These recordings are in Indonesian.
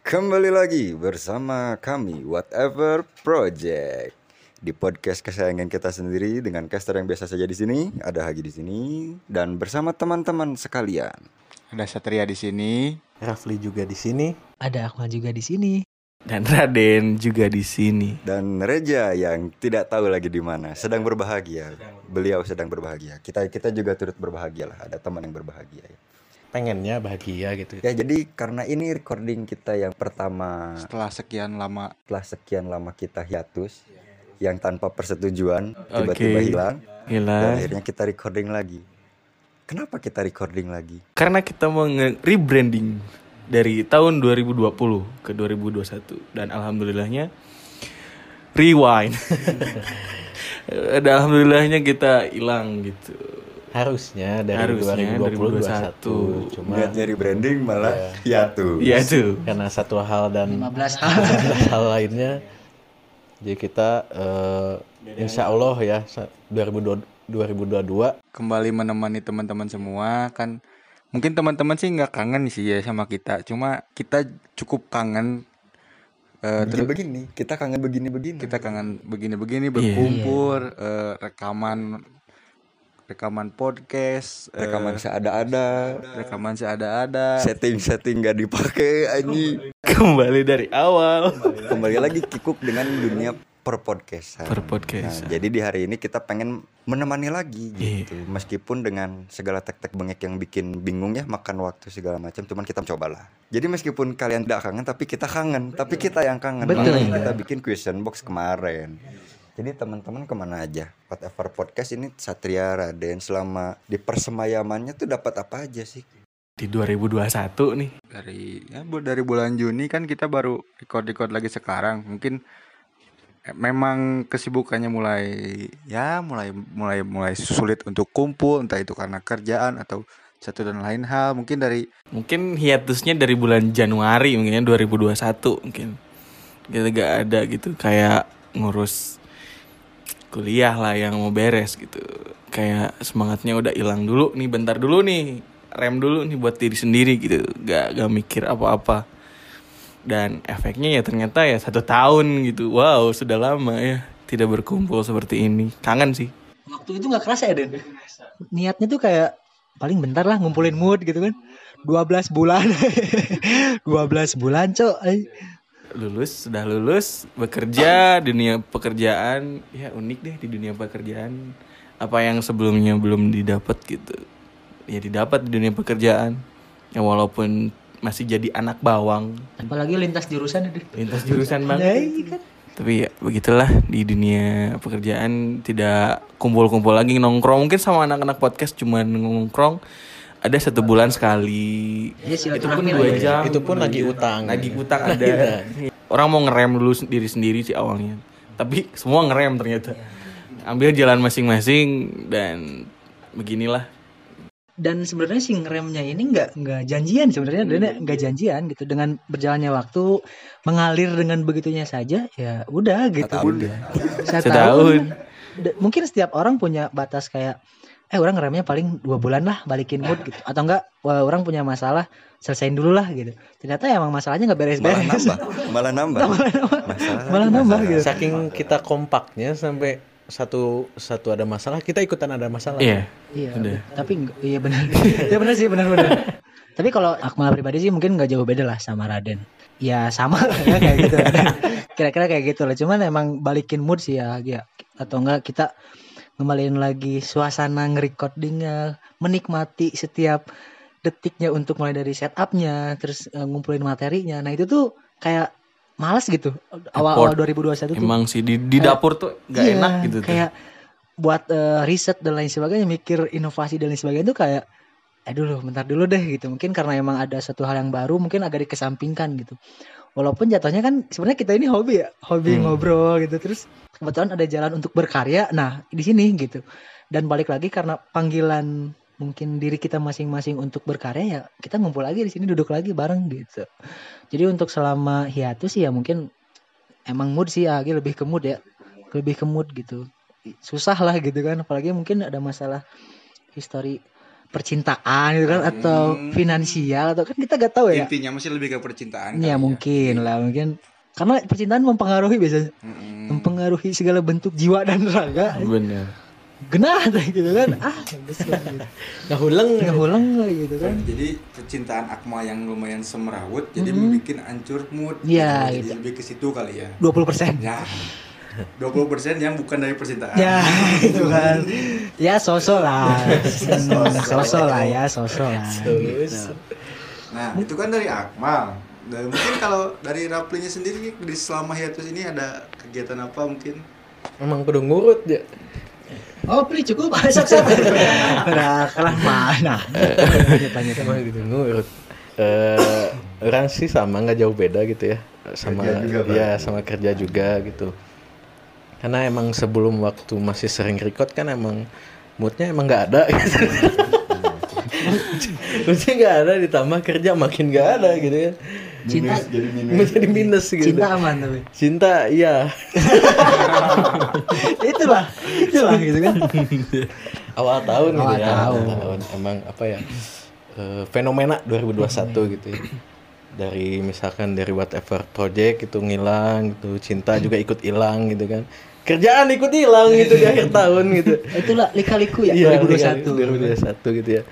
Kembali lagi bersama kami Whatever Project di podcast kesayangan kita sendiri dengan caster yang biasa saja di sini. Ada Hagi di sini dan bersama teman-teman sekalian. Ada Satria di sini, Rafli juga di sini, ada Akmal juga di sini, dan Raden juga di sini. Dan Reja yang tidak tahu lagi di mana, sedang berbahagia. Beliau sedang berbahagia. Kita juga turut berbahagia lah. Ada teman yang berbahagia ya. pengennya bahagia gitu. Ya jadi karena ini recording kita yang pertama setelah sekian lama kita hiatus yang tanpa persetujuan tiba-tiba hilang. Dan akhirnya kita recording lagi. Kenapa kita recording lagi? Karena kita mau rebranding dari tahun 2020 ke 2021 dan alhamdulillahnya rewind. Dan alhamdulillahnya kita hilang gitu. Harusnya dari 2020 2021. Cuma nggak jadi branding malah hiatus. Iya tuh. Karena satu hal dan 15 hal lainnya. Jadi kita insya Allah ya 2022 kembali menemani teman-teman semua. Kan mungkin teman-teman sih nggak kangen sih ya sama kita, cuma kita cukup kangen. Begini, kita kangen begini-begini. Kita kangen begini-begini berkumpul, rekaman podcast, Rekaman seada-ada, setting nggak dipakai anjing. Kembali dari awal. Kembali lagi kikuk dengan dunia perpodcastan. Perpodcastan. Nah, jadi di hari ini kita pengen menemani lagi gitu. Meskipun dengan segala tek-tek bengek yang bikin bingung ya, makan waktu segala macam, cuman kita cobalah. Jadi meskipun kalian tidak kangen tapi kita kangen, tapi kita yang kangen. Betul. Makanya kita bikin question box kemarin. Jadi teman-teman kemana aja? Whatever Podcast ini Satria, Raden selama di persemayamannya tuh dapat apa aja sih? Di 2021 nih. dari bulan Juni kan kita baru record lagi sekarang. Mungkin memang kesibukannya mulai sulit untuk kumpul, entah itu karena kerjaan atau satu dan lain hal. Mungkin hiatusnya dari bulan Januari mungkin 2021 mungkin. Kita gak ada gitu kayak ngurus kuliah lah yang mau beres gitu. Kayak semangatnya udah hilang dulu nih, bentar dulu nih. Rem dulu nih buat diri sendiri gitu. Gak mikir apa-apa. Dan efeknya ya ternyata ya 1 tahun gitu. Wow, sudah lama ya tidak berkumpul seperti ini. Kangen sih. Waktu itu gak kerasa ya Den? Niatnya tuh kayak paling bentar lah ngumpulin mood gitu kan. 12 bulan 12 bulan cok. Sudah lulus, bekerja, dunia pekerjaan. Ya unik deh di dunia pekerjaan. Apa yang sebelumnya belum didapat gitu, ya didapat di dunia pekerjaan. Ya walaupun masih jadi anak bawang. Apalagi lintas jurusan itu. Lintas jurusan banget. Tapi ya begitulah di dunia pekerjaan, tidak kumpul-kumpul lagi nongkrong. Mungkin sama anak-anak podcast cuman nongkrong ada 1 bulan sekali. Itu pun 2 jam. itu pun lagi utang. Lagi utang ada. Orang mau ngerem dulu diri sendiri sih awalnya. Tapi semua ngerem ternyata. Ambil jalan masing-masing dan beginilah. Dan sebenarnya si ngeremnya ini nggak janjian sebenarnya, nggak janjian gitu. Dengan berjalannya waktu mengalir dengan begitunya saja, ya udah gitu. Setahun. Mungkin setiap orang punya batas kayak, orang ngeremnya paling 2 bulan lah balikin mood gitu. Atau enggak, orang punya masalah selesain dulu lah gitu. Ternyata emang masalahnya nggak beres-beres. Malah nambah. Malah nambah gitu. Saking kita kompaknya sampai satu ada masalah, kita ikutan ada masalah. Iya. Tapi iya benar. Ya benar sih, benar. Tapi kalau Akmal pribadi sih mungkin nggak jauh beda lah sama Raden. Ya sama lah ya, kayak gitu. Kira-kira kayak gitu lah. Cuman emang balikin mood sih ya. Atau enggak kita ngembaliin lagi suasana nge-recordingnya, menikmati setiap detiknya untuk mulai dari setupnya, terus ngumpulin materinya. Nah itu tuh kayak malas gitu awal 2021 tuh. Emang sih di dapur tuh gak enak gitu kayak buat riset dan lain sebagainya, mikir inovasi dan lain sebagainya tuh kayak bentar dulu deh gitu. Mungkin karena emang ada satu hal yang baru, mungkin agak dikesampingkan gitu. Walaupun jatuhnya kan sebenarnya kita ini hobi ngobrol gitu, terus kebetulan ada jalan untuk berkarya. Nah di sini gitu, dan balik lagi karena panggilan mungkin diri kita masing-masing untuk berkarya, ya kita ngumpul lagi di sini, duduk lagi bareng gitu. Jadi untuk selama hiatus sih ya mungkin emang mood sih ya, lebih ke mood gitu. Susah lah gitu kan, apalagi mungkin ada masalah histori percintaan gitu kan atau finansial atau kan kita gak tahu ya. Intinya masih lebih ke percintaan Ya kali mungkin lah mungkin karena percintaan mempengaruhi biasanya mempengaruhi segala bentuk jiwa dan raga. Bener. Genah deh gitu kan. Bagus lah gitu. Nggak hulang lah gitu kan. Jadi percintaan Akmal yang lumayan semerawut jadi bikin hancur mood. Iya, Jadi gitu. lebih ke situ kali ya. 20%. Ya. 20% yang bukan dari percintaan. Ya itu kan. Ya sosok lah. Sosok lah ya, sosok lah. Nah, itu kan dari Akmal. Dan mungkin kalau dari Raplinya sendiri di selama hiatus ini ada kegiatan apa mungkin? Emang kudu ngurut ya. Oh, beli cukup sak-sak. Udah kalah mana? Tanya Emang gitu ngurut. Orang sih sama nggak jauh beda gitu ya. Sama Kerja juga, ya sama kerja juga gitu. Karena emang sebelum waktu masih sering record kan emang moodnya emang nggak ada gitu. Moodnya nggak ada ditambah kerja makin nggak ada gitu kan. Cinta Menjadi minus gitu. cinta aman tapi. Cinta iya. Itulah gitu kan. Awal tahun gitu Awal ya. tahun. Awal tahun. Emang apa ya? Fenomena 2021 gitu ya. Dari misalkan dari whatever project itu ngilang gitu, cinta juga ikut hilang gitu kan. Kerjaan ikut hilang gitu di akhir tahun gitu. Itulah lika-liku ya Iya, 2021. 2021 gitu ya.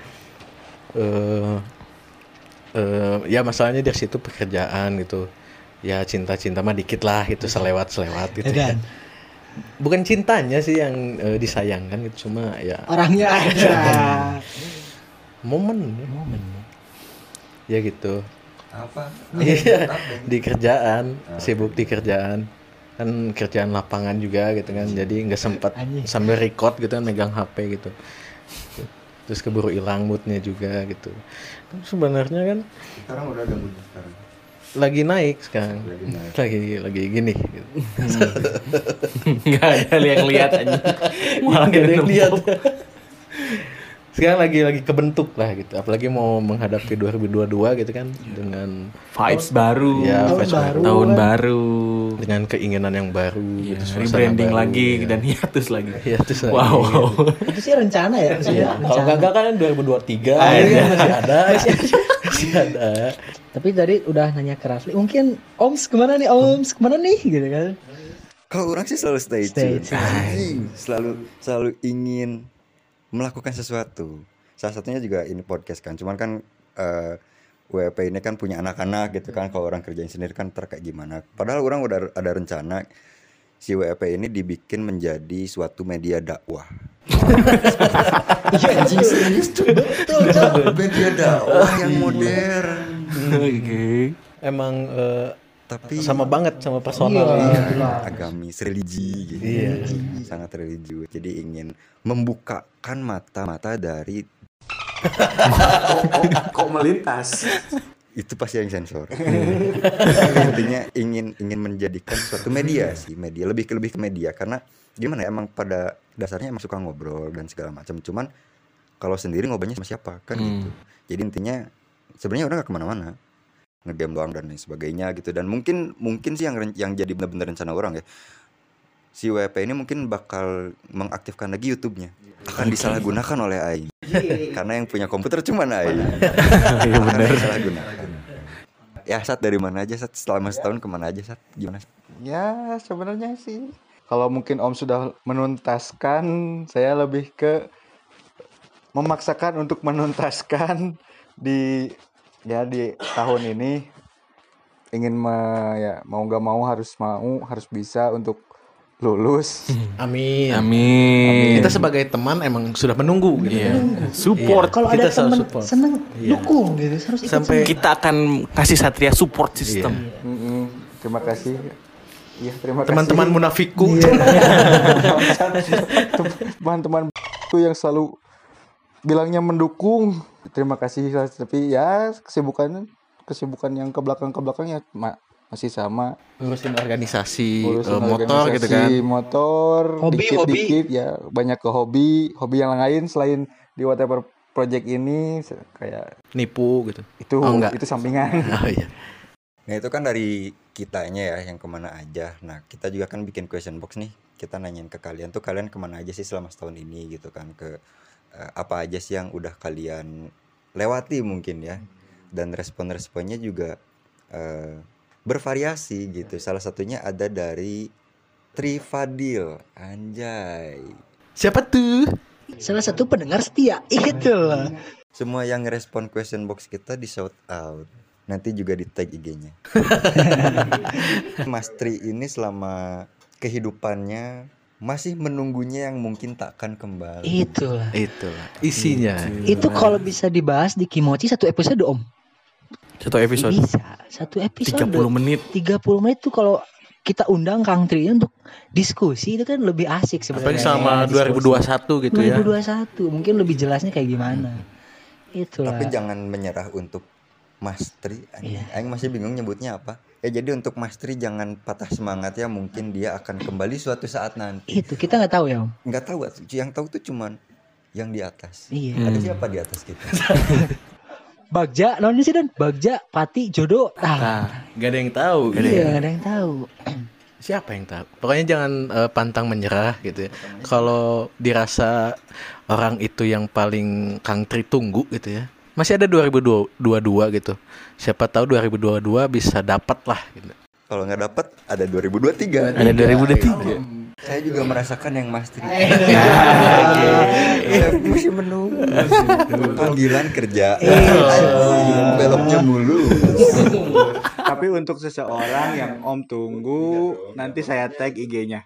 Ya masalahnya dari situ pekerjaan gitu. Ya cinta-cinta mah dikit lah gitu, selewat-selewat gitu Ya kan? ya. Bukan cintanya sih yang disayangkan gitu, cuma ya Orangnya ada. momen. Ya gitu. Apa? Iya, di kerjaan, sibuk di kerjaan. Kan kerjaan lapangan juga gitu kan. Jadi nggak sempat Anjing. sambil record gitu kan megang HP gitu. Terus keburu hilang moodnya juga gitu. Kan sebenarnya kan Sekarang udah ada mood sekarang. lagi naik sekarang. Lagi naik. Lagi gini gitu. Nggak ada yang lihat aja. Malah Nggak ada yang nempel. lihat. Sekarang lagi kebentuk lah gitu. Apalagi mau menghadapi 2022 gitu kan dengan Vibes baru. ya Tahun vibes baru. Tahun baru. dengan keinginan yang baru Iya, gitu, suasana rebranding baru, lagi ya. dan hiatus lagi. Ya, terus lagi. Wow. Itu sih rencana ya maksudnya. Iya, kalau rencana. gagal kan 2023 Iya. masih ada. Masih ada. Tapi tadi udah nanya ke Rafli, mungkin Oms kemana nih gitu kan. Kalau orang sih selalu stay Stay tune. tune. Anjing. Selalu ingin melakukan sesuatu. Salah satunya juga ini podcast kan. Cuman kan WP ini kan punya anak-anak gitu kan. Kalau orang kerjain sendiri kan kayak gimana. Padahal orang udah ada rencana si WP ini dibikin menjadi suatu media dakwah. Iya anjing serius tuh. Betul, Cok. Media dakwah yang modern. Oke. Emang Tapi sama banget sama personal. Iya. agamis, religi gitu. Iya. Sangat religius. Jadi ingin membukakan mata-mata dari Kok melintas? itu pasti yang sensor. Tapi intinya ingin menjadikan suatu media sih, media lebih ke media karena gimana ya emang pada dasarnya emang suka ngobrol dan segala macam. Cuman kalau sendiri ngobrolnya sama siapa kan gitu. Jadi intinya sebenarnya orang gak kemana-mana, ngegame doang dan lain sebagainya gitu. Dan mungkin sih yang jadi benar-benar rencana orang ya. Si WP ini mungkin bakal mengaktifkan lagi YouTube-nya. Akan disalahgunakan oleh Aing. Karena yang punya komputer cuma Aing. Iya benar. Disalahgunakan. Ya Sat, dari mana aja Sat? Selama setahun kemana aja Sat? Gimana Sat? Ya sebenarnya sih kalau mungkin Om sudah menuntaskan, saya lebih ke memaksakan untuk menuntaskan di tahun ini ingin mau nggak mau harus bisa untuk lulus. Amin. Amin. Kita sebagai teman emang sudah menunggu gitu. Iya. Support. Kalau Kita ada selalu teman support. seneng Iya. dukung gitu harus ikut Sampai Kita akan kasih Satria support system. Terima kasih. Iya, terima teman-teman kasih. munafikku. Teman-teman tuh yang selalu bilangnya mendukung. Terima kasih, tapi ya kesibukan yang ke belakang ya masih sama. Ngurusin organisasi, Ngurusin motor organisasi, gitu kan. Motor, Hobi, dikit-dikit ya banyak ke hobi yang lain selain di whatever project ini kayak Nipu gitu. itu Oh, enggak. itu sampingan. Oh iya. Nah itu kan dari kitanya ya yang kemana aja. Nah kita juga kan bikin question box nih. Kita nanyain ke kalian tuh kalian kemana aja sih selama setahun ini gitu kan. Ke apa aja sih yang udah kalian lewati mungkin ya. Dan respon-responnya juga bervariasi gitu. Salah satunya ada dari Trifadil. Anjay. Siapa tuh? Salah satu pendengar setia. Itulah. Semua yang respon question box kita di shout out. Nanti juga di tag IG-nya. Mas Tri ini selama kehidupannya masih menunggunya yang mungkin takkan kembali. Itulah. Isinya. Itu kalau bisa dibahas di Kimochi satu episode Om. Satu episode Bisa. Satu episode 30 menit. 30 menit tuh kalau kita undang Kang Tri untuk diskusi itu kan lebih asik Apalagi sebenarnya. sama Diskusi. 2021 gitu ya. 2021 mungkin lebih jelasnya kayak gimana. Itulah. Tapi jangan menyerah untuk Mas Tri. Aing masih bingung nyebutnya apa. Jadi untuk Mas Tri jangan patah semangat ya. Mungkin dia akan kembali suatu saat nanti. Itu kita nggak tahu ya Om. Nggak tahu. Yang tahu tuh cuman yang di atas. Iya. Ada siapa di atas kita? Bagja, non sih Dan? Bagja, Pati, Jodoh. Gak ada yang tahu. Iya, nggak ada yang tahu. Siapa yang tahu? Pokoknya jangan pantang menyerah gitu ya. Kalau dirasa orang itu yang paling Kang Tri tunggu gitu ya. Masih ada 2022 gitu. Siapa tahu 2022 bisa dapat lah gitu. Kalau nggak dapat ada 2023. Ada 2023. Saya juga merasakan yang Mas Tri. Saya masih menunggu panggilan kerja. Beloknya mulu. Tapi untuk seseorang yang Om tunggu, nanti saya tag IG-nya.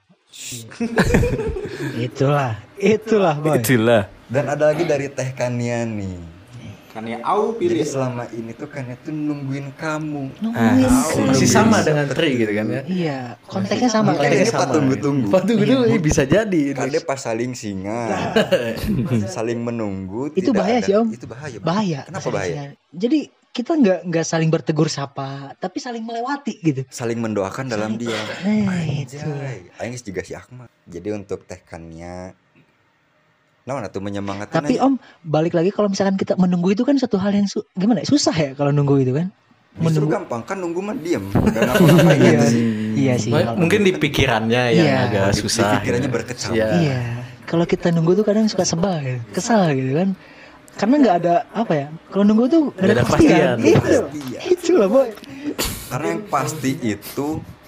Itulah boy. Itulah. Dan ada lagi dari Teh Kania nih. Karena aku pilih. Jadi selama ini tuh Kania tuh nungguin kamu. Masih sama dengan Tri gitu kan ya. Iya, konteksnya sama. Mungkin ini pas tunggu-tunggu. Tunggu bisa jadi. Karena pas saling singa, saling menunggu. Itu tidak bahaya ada. sih Om. Itu bahaya. Bahaya. Kenapa bahaya? Jadi kita nggak saling bertegur sapa, tapi saling melewati gitu. Saling mendoakan dalam diam. Itu. Anjay, aing juga si Akmal. Jadi untuk Teh Kania, nah tuh menyemangatkan. Tapi Om, balik lagi kalau misalkan kita menunggu itu kan satu hal yang gimana ya? Susah ya kalau nunggu itu kan. Justru gampang kan nunggu mah diem. Gak ngapa-ngapain gitu sih. Iya sih. Mungkin di pikirannya yang Iya. agak susah. Pikirannya berkecamuk. Iya. Kalau kita nunggu tuh kadang suka sebal, ya. Kesal gitu kan. Karena nggak ada apa ya? Kalau nunggu tuh nggak ada kepastian. Itulah boy. Karena yang pasti itu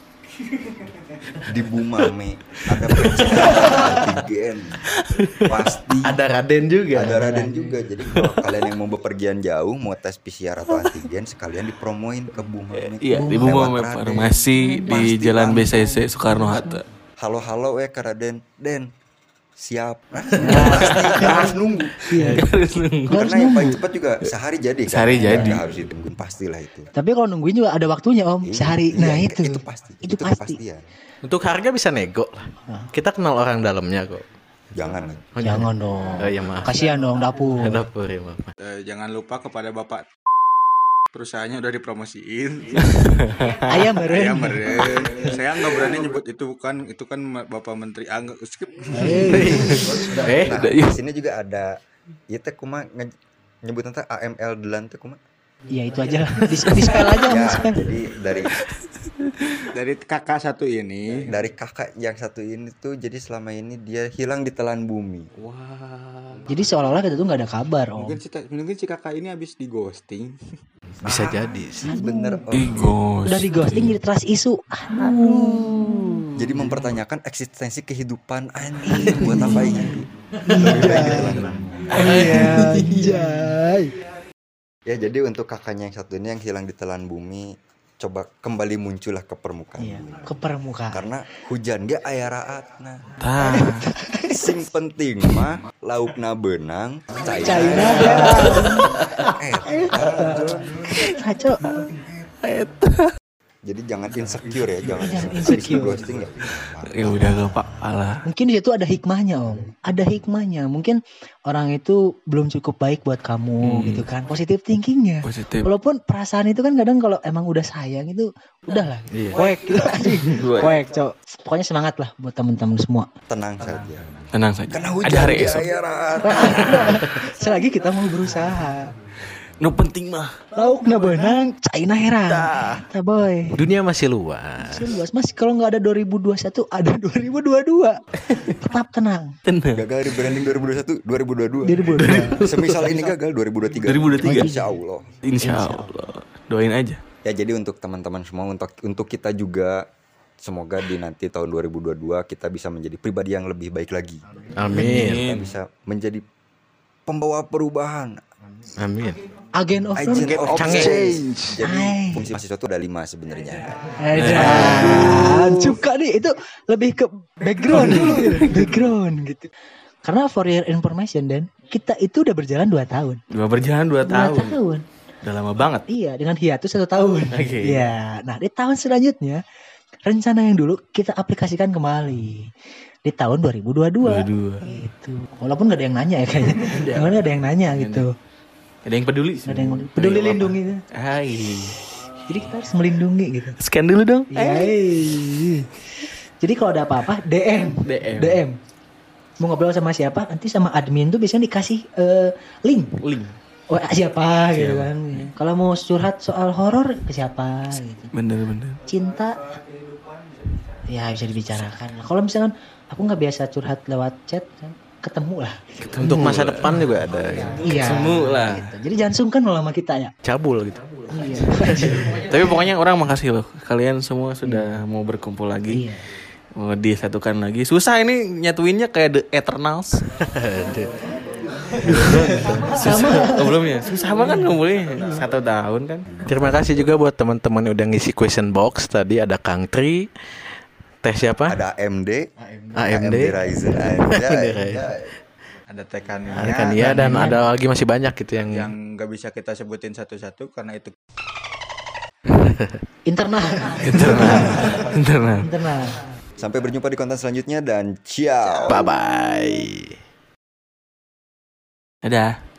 di Bumame ada antigen. Pasti Ada Raden juga. ada Raden juga. Jadi kalau kalian yang mau bepergian jauh, mau tes PCR atau antigen, sekalian dipromoin ke Bumame. Iya, di Bumame Farmasi di Jalan BCC Soekarno Hatta. Halo ke Raden. Den, siap. Pasti harus nunggu. Karena yang paling cepat juga sehari jadi kan? Sehari jadi. Nggak harus ditungguin, pastilah itu. Tapi kalau nungguin juga ada waktunya Om, sehari. Nah Iya, itu. itu pasti. Itu pasti. kepastian. Untuk harga bisa nego lah. Kita kenal orang dalamnya kok. Jangan lah. Jangan dong. Oh iya maaf. Kasihan dong dapur. Dapur ya maaf. Jangan lupa kepada Bapak perusahaannya udah dipromosiin. Ayam meren. Ya meren. Saya nggak berani nyebut itu kan Bapak Menteri nggak skip. Nah, di sini juga ada itu kuma nyebut tentang AML delan teh kuma. Iya itu aja lah. Di-spell aja Om, Ya, di-spell. jadi Dari kakak satu ini. dari kakak yang satu ini tuh jadi selama ini dia hilang di telan bumi. Wah. Jadi seolah-olah kita tuh nggak ada kabar Om. Mungkin si kakak ini habis di ghosting. Bisa jadi sih. Bener Om. Igos. Udah di ghosting jadi trust isu. Aduh. Jadi mempertanyakan eksistensi kehidupan anjing buat apa ini? Iya, anjay. Ya jadi untuk kakaknya yang satu ini yang hilang di telan bumi, coba kembali muncullah ke permukaan Iya, bumi. ke permukaan. Karena hujan dia aya raatna. Tah. Sing penting mah laukna beunang, China Saco. Jadi jangan insecure ya, jangan insecure. habis ghosting ya. Ya udah gak apa-apa lah. Mungkin di situ ada hikmahnya Om. Ada hikmahnya. Mungkin orang itu belum cukup baik buat kamu gitu kan. Positive thinkingnya. Positif. Walaupun perasaan itu kan kadang kalau emang udah sayang itu udahlah. Kuek gitu. Kuek, Cok. Pokoknya semangat lah buat teman-teman semua. Tenang saja. Tenang saja. Karena hujan Ada hari dia esok. aya raat. Selagi kita mau berusaha. No penting mah. Lauk na benang, China herang. Tah boy. Dunia masih luas. Luas Mas, kalau nggak ada 2021 ada 2022. Tetap tenang. Tenang. Gagal rebranding 2021, 2022. 2022. Semisal ini gagal 2023. 2023. Insya Allah. Insya Allah. Doain aja. Ya jadi untuk teman-teman semua, untuk kita juga, semoga di nanti tahun 2022 kita bisa menjadi pribadi yang lebih baik lagi. Amin. Kita bisa menjadi pembawa perubahan, Amin. Agent of agent of change. Jadi Ay. fungsi mahasiswa itu ada 5 sebenarnya. Suka nih itu lebih ke background background gitu. Karena for your information Dan, kita itu udah berjalan 2 tahun. Gua berjalan 2 2 tahun. tahun. Udah lama banget. Iya, dengan hiatus 1 tahun. Oke. Iya. Nah, di tahun selanjutnya rencana yang dulu kita aplikasikan kembali di tahun 2022. 22. Gitu. Walaupun gak ada yang nanya ya kayaknya. Walaupun gak ada yang nanya gitu. Ada yang peduli sih. Gak ada yang peduli lindungi. Hai. Jadi kita harus melindungi gitu. Scan dulu dong. Iya. Jadi kalau ada apa-apa DM. Mau ngobrol sama siapa? Nanti sama admin tuh biasanya dikasih link. Link. WA siapa gitu kan. Kalau mau curhat soal horor ke siapa gitu. Bener. Cinta ya bisa dibicarakan. Kalau misalkan aku nggak biasa curhat lewat chat kan, ketemu lah. Untuk masa depan juga ada Iya. Ketemu lah. Gitu. Jadi jangan sungkan loh sama kita ya. cabul gitu. Iya. Tapi pokoknya orang makasih loh. Kalian semua sudah mau berkumpul lagi. Iya. Mau disatukan lagi. Susah ini nyatuinnya kayak The Eternals. Susah. Oh, belum ya? Susah banget ngumpulnya. 1 tahun kan. Terima kasih juga buat teman-teman yang udah ngisi question box. Tadi ada Kang Tri. Teh siapa? Ada AMD, AMD. Ryzen, Ada tekannya. Ada kan iya dan ada lagi masih banyak gitu yang nggak bisa kita sebutin satu-satu karena itu Internal. Internal. Sampai berjumpa di konten selanjutnya dan ciao. Bye bye. Dadah.